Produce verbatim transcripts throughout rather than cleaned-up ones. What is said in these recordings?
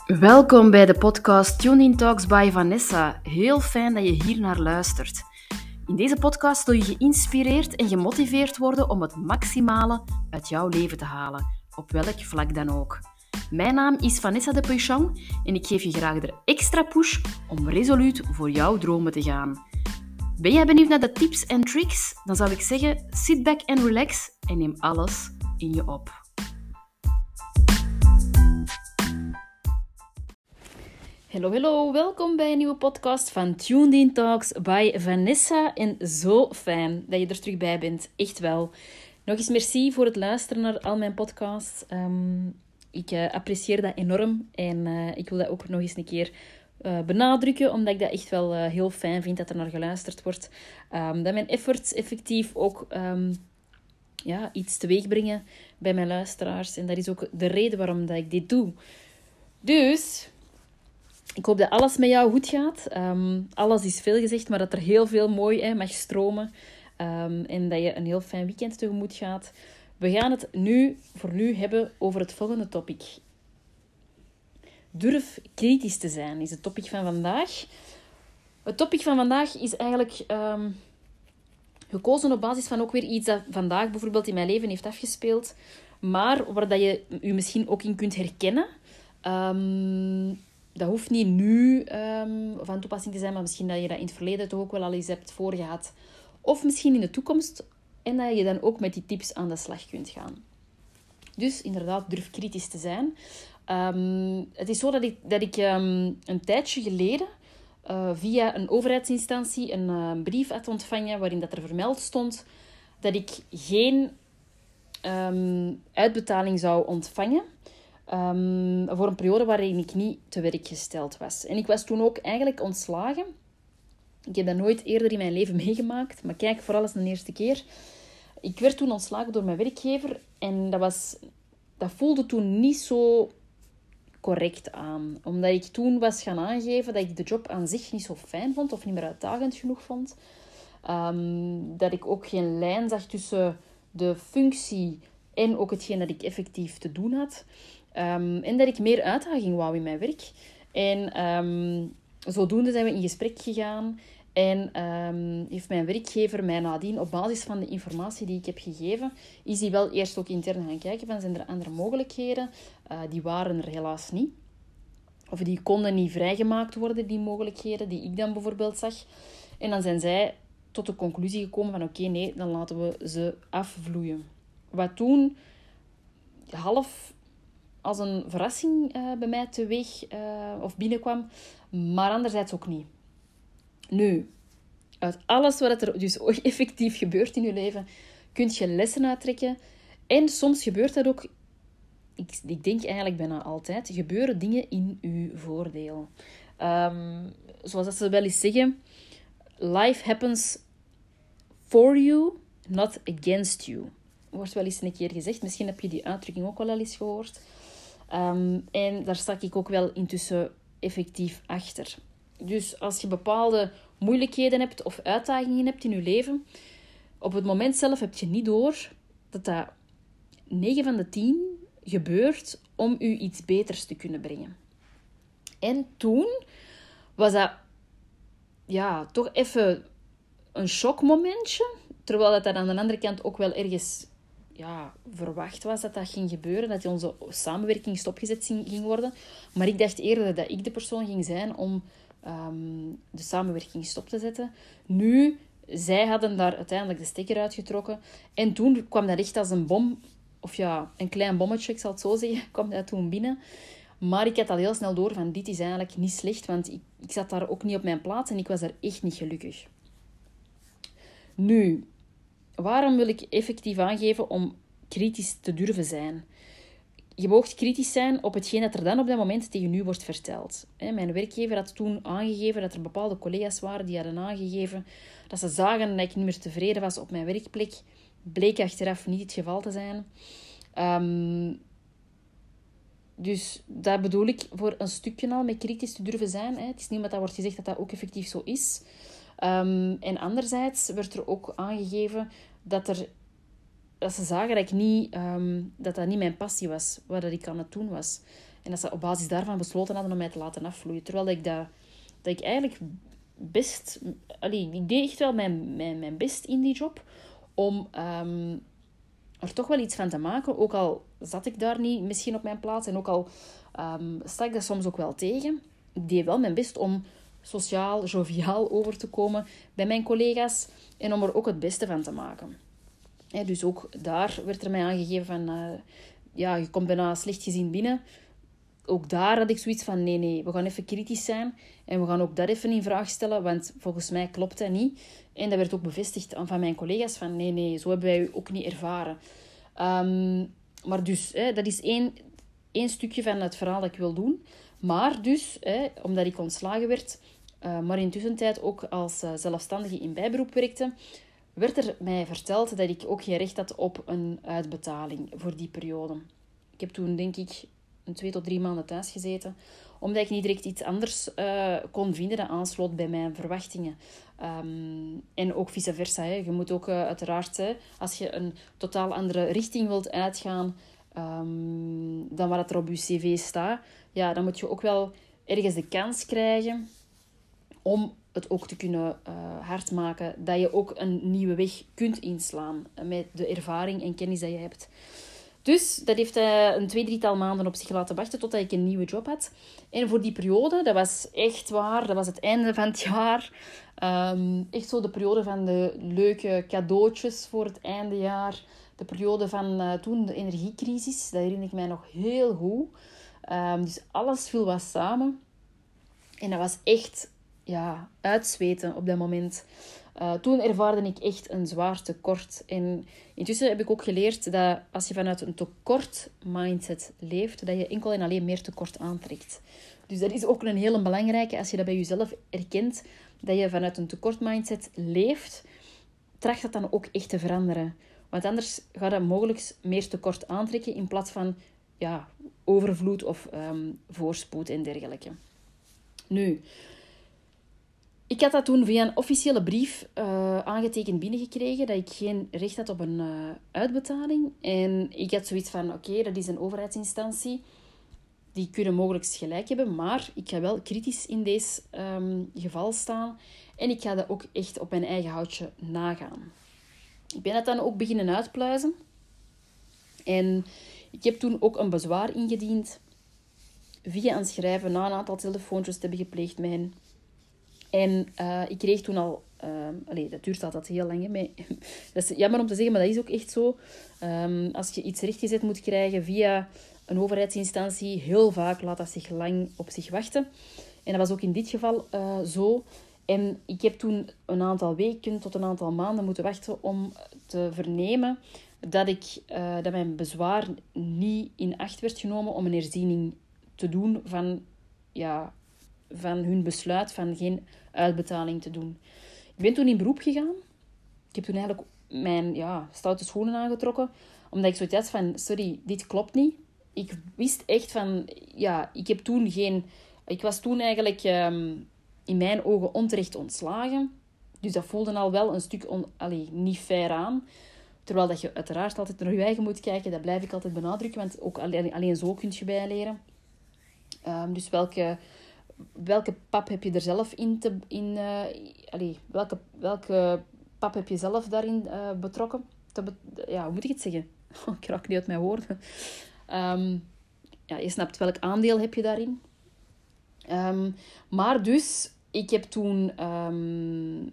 Welkom bij de podcast Tune In Talks by Vanessa. Heel fijn dat je hier naar luistert. In deze podcast zul je geïnspireerd en gemotiveerd worden om het maximale uit jouw leven te halen, op welk vlak dan ook. Mijn naam is Vanessa de Puychong en ik geef je graag de extra push om resoluut voor jouw dromen te gaan. Ben jij benieuwd naar de tips en tricks? Dan zou ik zeggen, sit back and relax en neem alles in je op. Hallo, hallo. Welkom bij een nieuwe podcast van Tuned In Talks by Vanessa. En zo fijn dat je er terug bij bent. Echt wel. Nog eens merci voor het luisteren naar al mijn podcasts. Um, ik uh, apprecieer dat enorm. En uh, ik wil dat ook nog eens een keer uh, benadrukken. Omdat ik dat echt wel uh, heel fijn vind dat er naar geluisterd wordt. Um, dat mijn efforts effectief ook um, ja, iets teweeg brengen bij mijn luisteraars. En dat is ook de reden waarom dat ik dit doe. Dus... ik hoop dat alles met jou goed gaat. Um, alles is veel gezegd, maar dat er heel veel mooi hè, mag stromen. Um, en dat je een heel fijn weekend tegemoet gaat. We gaan het nu voor nu hebben over het volgende topic. Durf kritisch te zijn is het topic van vandaag. Het topic van vandaag is eigenlijk um, gekozen op basis van ook weer iets dat vandaag bijvoorbeeld in mijn leven heeft afgespeeld. Maar waar dat je je misschien ook in kunt herkennen. Um, Dat hoeft niet nu um, van toepassing te zijn, maar misschien dat je dat in het verleden toch ook wel al eens hebt voorgehad. Of misschien in de toekomst. En dat je dan ook met die tips aan de slag kunt gaan. Dus inderdaad, durf kritisch te zijn. Um, het is zo dat ik, dat ik um, een tijdje geleden uh, via een overheidsinstantie een uh, brief had ontvangen waarin dat er vermeld stond dat ik geen um, uitbetaling zou ontvangen. Um, voor een periode waarin ik niet te werk gesteld was. En ik was toen ook eigenlijk ontslagen. Ik heb dat nooit eerder in mijn leven meegemaakt. Maar kijk, vooral eens een eerste keer. Ik werd toen ontslagen door mijn werkgever. En dat, was, dat voelde toen niet zo correct aan. Omdat ik toen was gaan aangeven dat ik de job aan zich niet zo fijn vond. Of niet meer uitdagend genoeg vond. Um, dat ik ook geen lijn zag tussen de functie en ook hetgeen dat ik effectief te doen had. Um, en dat ik meer uitdaging wou in mijn werk. En um, zodoende zijn we in gesprek gegaan. En um, heeft mijn werkgever mij nadien, op basis van de informatie die ik heb gegeven, is hij wel eerst ook intern gaan kijken van, zijn er andere mogelijkheden? Uh, die waren er helaas niet. Of die konden niet vrijgemaakt worden, die mogelijkheden die ik dan bijvoorbeeld zag. En dan zijn zij tot de conclusie gekomen van oké, okay, nee, dan laten we ze afvloeien. Wat toen half als een verrassing uh, bij mij teweeg uh, of binnenkwam, maar anderzijds ook niet. Nu, uit alles wat er dus effectief gebeurt in je leven, kun je lessen uittrekken. En soms gebeurt dat ook, ik, ik denk eigenlijk bijna altijd, gebeuren dingen in uw voordeel. Um, zoals dat ze wel eens zeggen, life happens for you, not against you. Wordt wel eens een keer gezegd. Misschien heb je die uitdrukking ook wel al eens gehoord. Um, en daar sta ik ook wel intussen effectief achter. Dus als je bepaalde moeilijkheden hebt of uitdagingen hebt in je leven, op het moment zelf heb je niet door dat dat negen van de tien gebeurt om u iets beters te kunnen brengen. En toen was dat ja, toch even een shockmomentje, terwijl dat, dat aan de andere kant ook wel ergens ja, verwacht was dat dat ging gebeuren, dat onze samenwerking stopgezet ging worden. Maar ik dacht eerder dat ik de persoon ging zijn om um, de samenwerking stop te zetten. Nu, zij hadden daar uiteindelijk de stekker uitgetrokken. En toen kwam dat echt als een bom, of ja, een klein bommetje, ik zal het zo zeggen, kwam dat toen binnen. Maar ik had al heel snel door van, dit is eigenlijk niet slecht, want ik, ik zat daar ook niet op mijn plaats en ik was daar echt niet gelukkig. Nu, waarom wil ik effectief aangeven om kritisch te durven zijn? Je moogt kritisch zijn op hetgeen dat er dan op dat moment tegen u wordt verteld. Mijn werkgever had toen aangegeven dat er bepaalde collega's waren die hadden aangegeven dat ze zagen dat ik niet meer tevreden was op mijn werkplek. Bleek achteraf niet het geval te zijn. Um, dus dat bedoel ik voor een stukje al met kritisch te durven zijn. Het is niet omdat dat wordt gezegd dat dat ook effectief zo is. Um, en anderzijds werd er ook aangegeven dat, er, dat ze zagen dat, ik niet, um, dat dat niet mijn passie was, wat ik aan het doen was. En dat ze op basis daarvan besloten hadden om mij te laten afvloeien. Terwijl ik, dat, dat ik eigenlijk best... Allee, ik deed echt wel mijn, mijn, mijn best in die job om um, er toch wel iets van te maken. Ook al zat ik daar niet misschien op mijn plaats en ook al um, sta ik dat soms ook wel tegen. Ik deed wel mijn best om sociaal, joviaal over te komen bij mijn collega's en om er ook het beste van te maken. He, dus ook daar werd er mij aangegeven van... Uh, ja, je komt bijna slecht gezien binnen. Ook daar had ik zoiets van... Nee, nee, we gaan even kritisch zijn. En we gaan ook dat even in vraag stellen. Want volgens mij klopt dat niet. En dat werd ook bevestigd van mijn collega's. Van nee, nee, zo hebben wij u ook niet ervaren. Um, maar dus, hè, dat is één, één stukje van het verhaal dat ik wil doen. Maar dus, hè, omdat ik ontslagen werd... Uh, maar intussen tijd ook als uh, zelfstandige in bijberoep werkte... werd er mij verteld dat ik ook geen recht had op een uitbetaling voor die periode. Ik heb toen, denk ik, een twee tot drie maanden thuis gezeten, omdat ik niet direct iets anders uh, kon vinden dat aansloot bij mijn verwachtingen. Um, en ook vice versa. Hè. Je moet ook uh, uiteraard, hè, als je een totaal andere richting wilt uitgaan um, dan wat er op je cv staat, ja, dan moet je ook wel ergens de kans krijgen om het ook te kunnen uh, hard maken, dat je ook een nieuwe weg kunt inslaan met de ervaring en kennis dat je hebt. Dus dat heeft uh, een twee, drietal maanden op zich laten wachten totdat ik een nieuwe job had. En voor die periode, dat was echt waar, dat was het einde van het jaar. Um, echt zo de periode van de leuke cadeautjes voor het eindejaar. De periode van uh, toen de energiecrisis, dat herinner ik mij nog heel goed. Um, dus alles viel wat samen. En dat was echt... ja, uitzweten op dat moment. Uh, toen ervaarde ik echt een zwaar tekort. En intussen heb ik ook geleerd dat als je vanuit een tekort mindset leeft, dat je enkel en alleen meer tekort aantrekt. Dus dat is ook een hele belangrijke, als je dat bij jezelf erkent, dat je vanuit een tekort mindset leeft, tracht dat dan ook echt te veranderen. Want anders gaat dat mogelijk meer tekort aantrekken in plaats van ja, overvloed of um, voorspoed en dergelijke. Nu... Ik had dat toen via een officiële brief uh, aangetekend binnengekregen, dat ik geen recht had op een uh, uitbetaling. En ik had zoiets van, oké, okay, dat is een overheidsinstantie. Die kunnen mogelijk gelijk hebben, maar ik ga wel kritisch in deze um, geval staan. En ik ga dat ook echt op mijn eigen houtje nagaan. Ik ben dat dan ook beginnen uitpluizen. En ik heb toen ook een bezwaar ingediend via een schrijven, na een aantal telefoontjes te hebben gepleegd met hen. En uh, ik kreeg toen al... Uh, allez, dat duurt altijd heel lang. Hè, maar, dat is jammer om te zeggen, maar dat is ook echt zo. Um, als je iets rechtgezet moet krijgen via een overheidsinstantie, heel vaak laat dat zich lang op zich wachten. En dat was ook in dit geval uh, zo. En ik heb toen een aantal weken tot een aantal maanden moeten wachten om te vernemen dat, ik, uh, dat mijn bezwaar niet in acht werd genomen om een herziening te doen van... ja, van hun besluit van geen uitbetaling te doen. Ik ben toen in beroep gegaan. Ik heb toen eigenlijk mijn ja, stoute schoenen aangetrokken, omdat ik zoiets had van, sorry, dit klopt niet. Ik wist echt van, ja, ik heb toen geen... Ik was toen eigenlijk um, in mijn ogen onterecht ontslagen. Dus dat voelde al wel een stuk on, allee, niet fair aan. Terwijl dat je uiteraard altijd naar je eigen moet kijken. Dat blijf ik altijd benadrukken, want ook alleen, alleen zo kun je bijleren. Um, dus welke... Welke pap heb je er zelf in te... In, uh, allee, welke, welke pap heb je zelf daarin uh, betrokken? Te be, ja, hoe moet ik het zeggen? Ik raak niet uit mijn woorden. Um, ja, je snapt welk aandeel heb je daarin. Um, maar dus, ik heb toen um,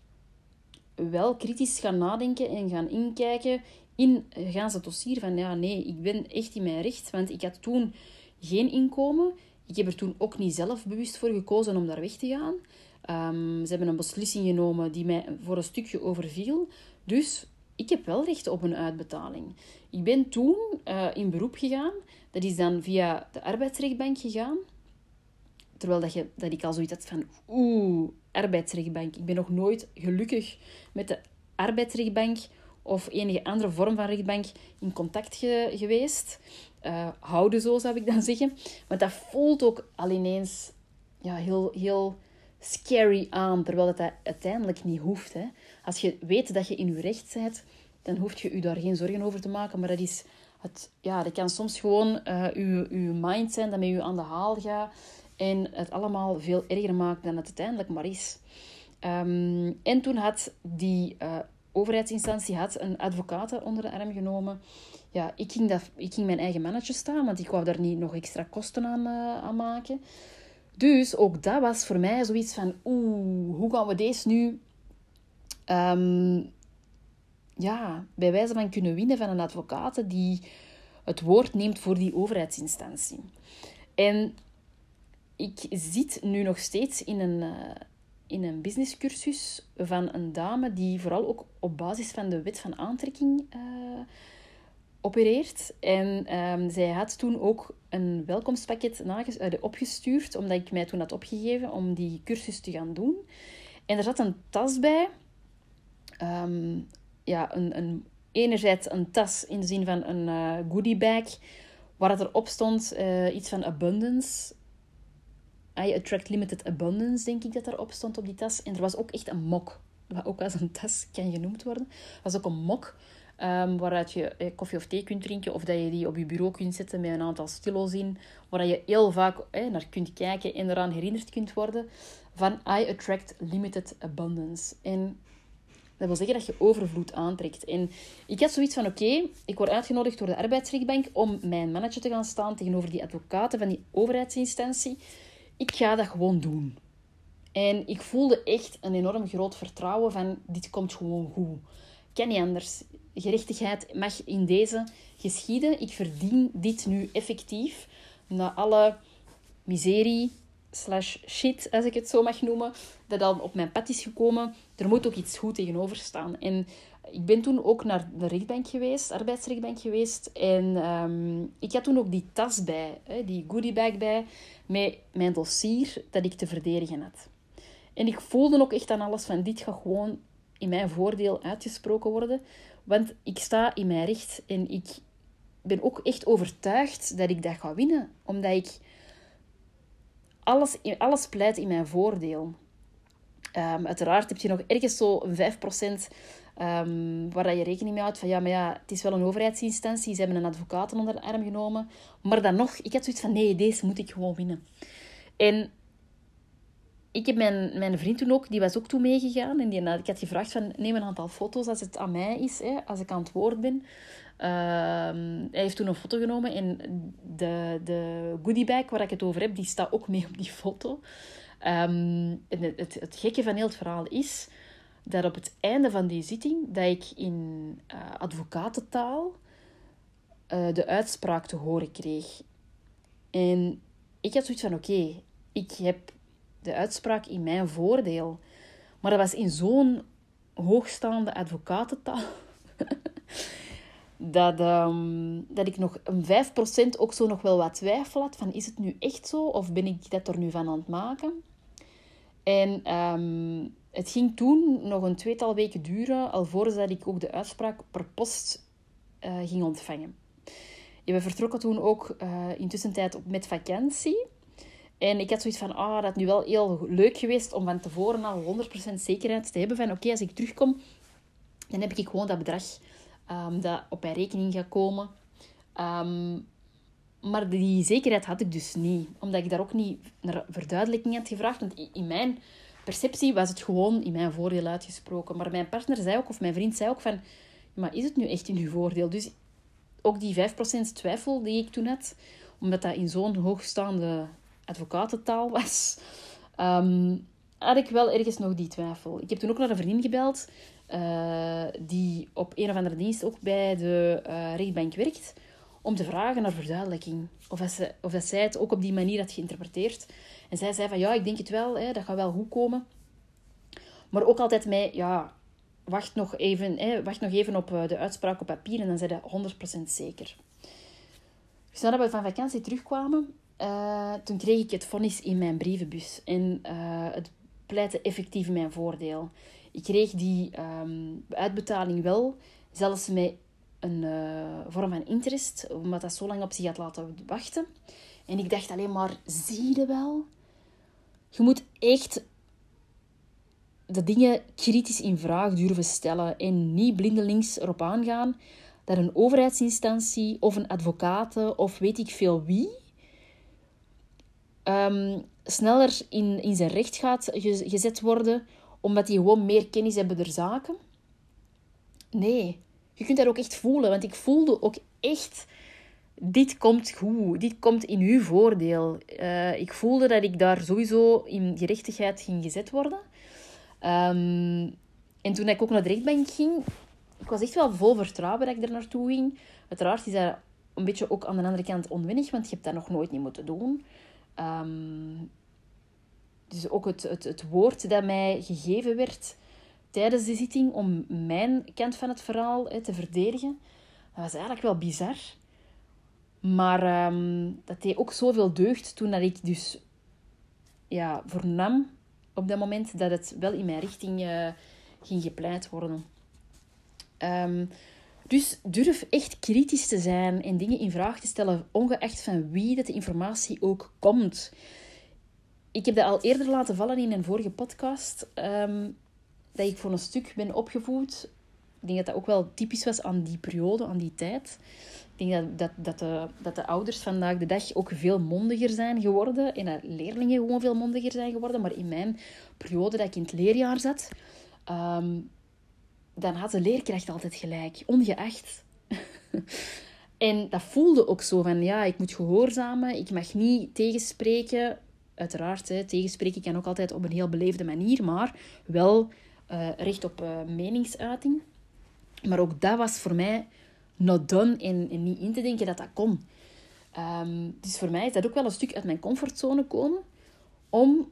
wel kritisch gaan nadenken en gaan inkijken in gaan ze dossier van ja, nee, ik ben echt in mijn recht, want ik had toen geen inkomen. Ik heb er toen ook niet zelf bewust voor gekozen om daar weg te gaan. Um, ze hebben een beslissing genomen die mij voor een stukje overviel. Dus ik heb wel recht op een uitbetaling. Ik ben toen uh, in beroep gegaan. Dat is dan via de arbeidsrechtbank gegaan. Terwijl dat, je, dat ik al zoiets had van... Oeh, arbeidsrechtbank. Ik ben nog nooit gelukkig met de arbeidsrechtbank of enige andere vorm van rechtbank in contact ge- geweest. Uh, houden zo, zou ik dan zeggen. Maar dat voelt ook al ineens ja, heel, heel scary aan, terwijl dat, dat uiteindelijk niet hoeft. Hè. Als je weet dat je in je recht bent, dan hoef je je daar geen zorgen over te maken. Maar dat is Het, ja, dat kan soms gewoon uh, uw, uw mind zijn dat met u aan de haal gaat en het allemaal veel erger maakt dan het uiteindelijk maar is. Um, en toen had die uh, overheidsinstantie had een advocaat onder de arm genomen. Ja, ik ging, dat, ik ging mijn eigen mannetje staan, want ik wou daar niet nog extra kosten aan, uh, aan maken. Dus ook dat was voor mij zoiets van, oeh, hoe gaan we deze nu um, ja, bij wijze van kunnen winnen van een advocaat die het woord neemt voor die overheidsinstantie. En ik zit nu nog steeds in een, uh, in een businesscursus van een dame die vooral ook op basis van de wet van aantrekking uh, opereert. En um, zij had toen ook een welkomstpakket nages- uh, opgestuurd, omdat ik mij toen had opgegeven om die cursus te gaan doen. En er zat een tas bij. Um, ja, een, een, enerzijds een tas in de zin van een uh, goodiebag, waar het erop stond uh, iets van abundance. I attract limited abundance, denk ik dat erop stond op die tas. En er was ook echt een mok, wat ook als een tas kan genoemd worden. Er was ook een mok um, waaruit je eh, koffie of thee kunt drinken, of dat je die op je bureau kunt zetten met een aantal stilo's in, waar je heel vaak eh, naar kunt kijken en eraan herinnerd kunt worden van I attract limited abundance. En dat wil zeggen dat je overvloed aantrekt. En ik had zoiets van, oké, okay, ik word uitgenodigd door de arbeidsrechtbank om mijn mannetje te gaan staan tegenover die advocaten van die overheidsinstantie. Ik ga dat gewoon doen. En ik voelde echt een enorm groot vertrouwen van, dit komt gewoon goed. Kan niet anders. Gerechtigheid mag in deze geschieden. Ik verdien dit nu effectief. Na alle miserie slash shit, als ik het zo mag noemen, dat dan op mijn pad is gekomen. Er moet ook iets goed tegenover staan. En ik ben toen ook naar de rechtbank geweest, arbeidsrechtbank geweest. En um, ik had toen ook die tas bij, hè, die goodiebag bij, met mijn dossier dat ik te verdedigen had. En ik voelde ook echt aan alles van, dit gaat gewoon in mijn voordeel uitgesproken worden. Want ik sta in mijn recht en ik ben ook echt overtuigd dat ik dat ga winnen. Omdat ik alles, alles pleit in mijn voordeel. Um, uiteraard heb je nog ergens zo een vijf procent um, waar je rekening mee houdt van ja, maar ja, het is wel een overheidsinstantie, ze hebben een advocaat onder de arm genomen. Maar dan nog, ik had zoiets van nee, deze moet ik gewoon winnen. En ik heb mijn, mijn vriend toen ook, die was ook toen meegegaan. En die, ik had gevraagd van neem een aantal foto's als het aan mij is, hè, als ik aan het woord ben. Uh, hij heeft toen een foto genomen en de, de goodiebag waar ik het over heb, die staat ook mee op die foto. Um, en het, het, het gekke van heel het verhaal is dat op het einde van die zitting dat ik in uh, advocatentaal uh, de uitspraak te horen kreeg. En ik had zoiets van oké, okay, ik heb de uitspraak in mijn voordeel. Maar dat was in zo'n hoogstaande advocatentaal dat, um, dat ik nog een vijf procent ook zo nog wel wat twijfel had van is het nu echt zo of ben ik dat er nu van aan het maken? En um, het ging toen nog een tweetal weken duren alvorens dat ik ook de uitspraak per post uh, ging ontvangen. Ja, we vertrokken toen ook uh, intussen tijd op met vakantie. En ik had zoiets van, ah, dat is nu wel heel leuk geweest om van tevoren al honderd procent zekerheid te hebben van, oké, okay, als ik terugkom, dan heb ik gewoon dat bedrag um, dat op mijn rekening gaat komen. Um, maar die zekerheid had ik dus niet, omdat ik daar ook niet naar verduidelijking had gevraagd. Want in mijn perceptie was het gewoon in mijn voordeel uitgesproken. Maar mijn partner zei ook, of mijn vriend zei ook van, maar is het nu echt in uw voordeel? Dus ook die vijf procent twijfel die ik toen had, omdat dat in zo'n hoogstaande advocatentaal was, um, had ik wel ergens nog die twijfel. Ik heb toen ook naar een vriendin gebeld, uh, die op een of andere dienst ook bij de uh, rechtbank werkt, om te vragen naar verduidelijking. Of dat, ze, of dat zij het ook op die manier had geïnterpreteerd. En zij zei van, ja, ik denk het wel, hè, dat gaat wel goed komen. Maar ook altijd mij, ja, wacht nog even, hè, wacht nog even op de uitspraak op papier en dan zijn dat honderd procent zeker. Dus nadat we van vakantie terugkwamen, uh, toen kreeg ik het vonnis in mijn brievenbus. En uh, het pleitte effectief in mijn voordeel. Ik kreeg die um, uitbetaling wel, zelfs met een uh, vorm van interest, omdat dat zo lang op zich had laten wachten. En ik dacht alleen maar, zie je wel? Je moet echt de dingen kritisch in vraag durven stellen en niet blindelings erop aangaan. dat een overheidsinstantie of een advocaat of weet ik veel wie um, sneller in, in zijn recht gaat gezet worden omdat die gewoon meer kennis hebben der zaken. Nee, je kunt dat ook echt voelen. Want ik voelde ook echt, dit komt goed. Dit komt in uw voordeel. Uh, ik voelde dat ik daar sowieso in gerechtigheid ging gezet worden. Um, en toen ik ook naar de rechtbank ging, ik was echt wel vol vertrouwen dat ik er naartoe ging. Uiteraard is dat een beetje ook aan de andere kant onwennig, want je hebt dat nog nooit niet moeten doen. Um, dus ook het, het, het woord dat mij gegeven werd tijdens de zitting om mijn kant van het verhaal hè, te verdedigen, dat was eigenlijk wel bizar. Maar um, dat deed ook zoveel deugd toen dat ik dus ja, vernam op dat moment dat het wel in mijn richting uh, ging gepleit worden. Um, dus durf echt kritisch te zijn en dingen in vraag te stellen, ongeacht van wie dat de informatie ook komt. Ik heb dat al eerder laten vallen in een vorige podcast, um, dat ik voor een stuk ben opgevoed. Ik denk dat dat ook wel typisch was aan die periode, aan die tijd. Ik denk dat, dat, dat, de, dat de ouders vandaag de dag ook veel mondiger zijn geworden en dat leerlingen gewoon veel mondiger zijn geworden. Maar in mijn periode dat ik in het leerjaar zat, um, dan had de leerkracht altijd gelijk, ongeacht. En dat voelde ook zo van, ja, ik moet gehoorzamen, ik mag niet tegenspreken. Uiteraard, hè, tegenspreken kan ook altijd op een heel beleefde manier, maar wel uh, recht op uh, meningsuiting. Maar ook dat was voor mij not done en, en niet in te denken dat dat kon. Um, dus voor mij is dat ook wel een stuk uit mijn comfortzone komen om,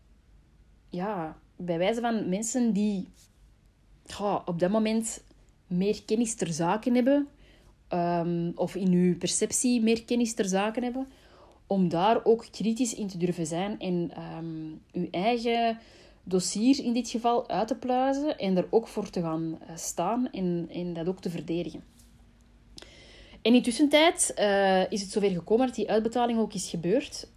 ja, bij wijze van mensen die ja, op dat moment meer kennis ter zake hebben, um, of in uw perceptie meer kennis ter zake hebben, om daar ook kritisch in te durven zijn en um, uw eigen dossier in dit geval uit te pluizen en er ook voor te gaan staan en, en dat ook te verdedigen. En in de tussentijd uh, is het zover gekomen dat die uitbetaling ook is gebeurd.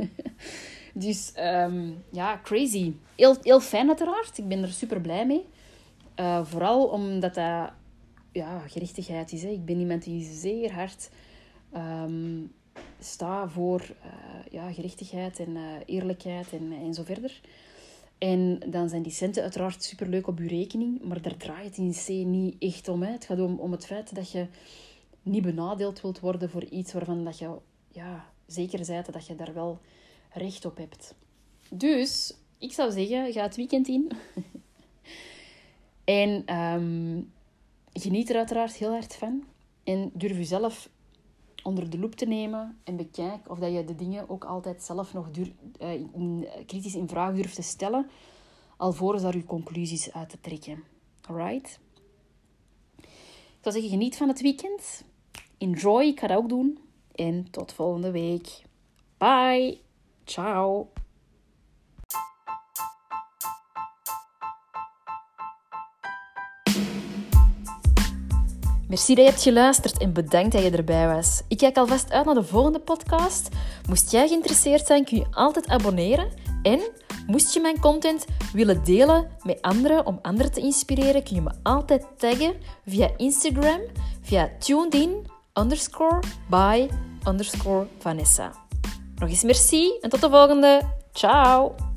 Dus um, ja, crazy. Heel, heel fijn uiteraard. Ik ben er super blij mee. Uh, vooral omdat dat ja, gerechtigheid is. Hè. Ik ben iemand die zeer hard um, staat voor uh, ja, gerechtigheid en uh, eerlijkheid en, en zo verder. En dan zijn die centen uiteraard superleuk op je rekening, maar daar draait het in C niet echt om. Hè. Het gaat om, om het feit dat je niet benadeeld wilt worden voor iets waarvan dat je ja, zeker bent dat je daar wel recht op hebt. Dus, ik zou zeggen, ga het weekend in. En um, geniet er uiteraard heel hard van. En durf jezelf onder de loep te nemen en bekijk of dat je de dingen ook altijd zelf nog dur- uh, in, kritisch in vraag durft te stellen, alvorens daar je conclusies uit te trekken. Alright? Ik zou zeggen, geniet van het weekend. Enjoy, ik ga dat ook doen. En tot volgende week. Bye. Ciao. Merci dat je hebt geluisterd en bedankt dat je erbij was. Ik kijk alvast uit naar de volgende podcast. Moest jij geïnteresseerd zijn, kun je altijd abonneren. En moest je mijn content willen delen met anderen om anderen te inspireren, kun je me altijd taggen via Instagram, via tunedin underscore by underscore Vanessa. Nog eens merci en tot de volgende. Ciao!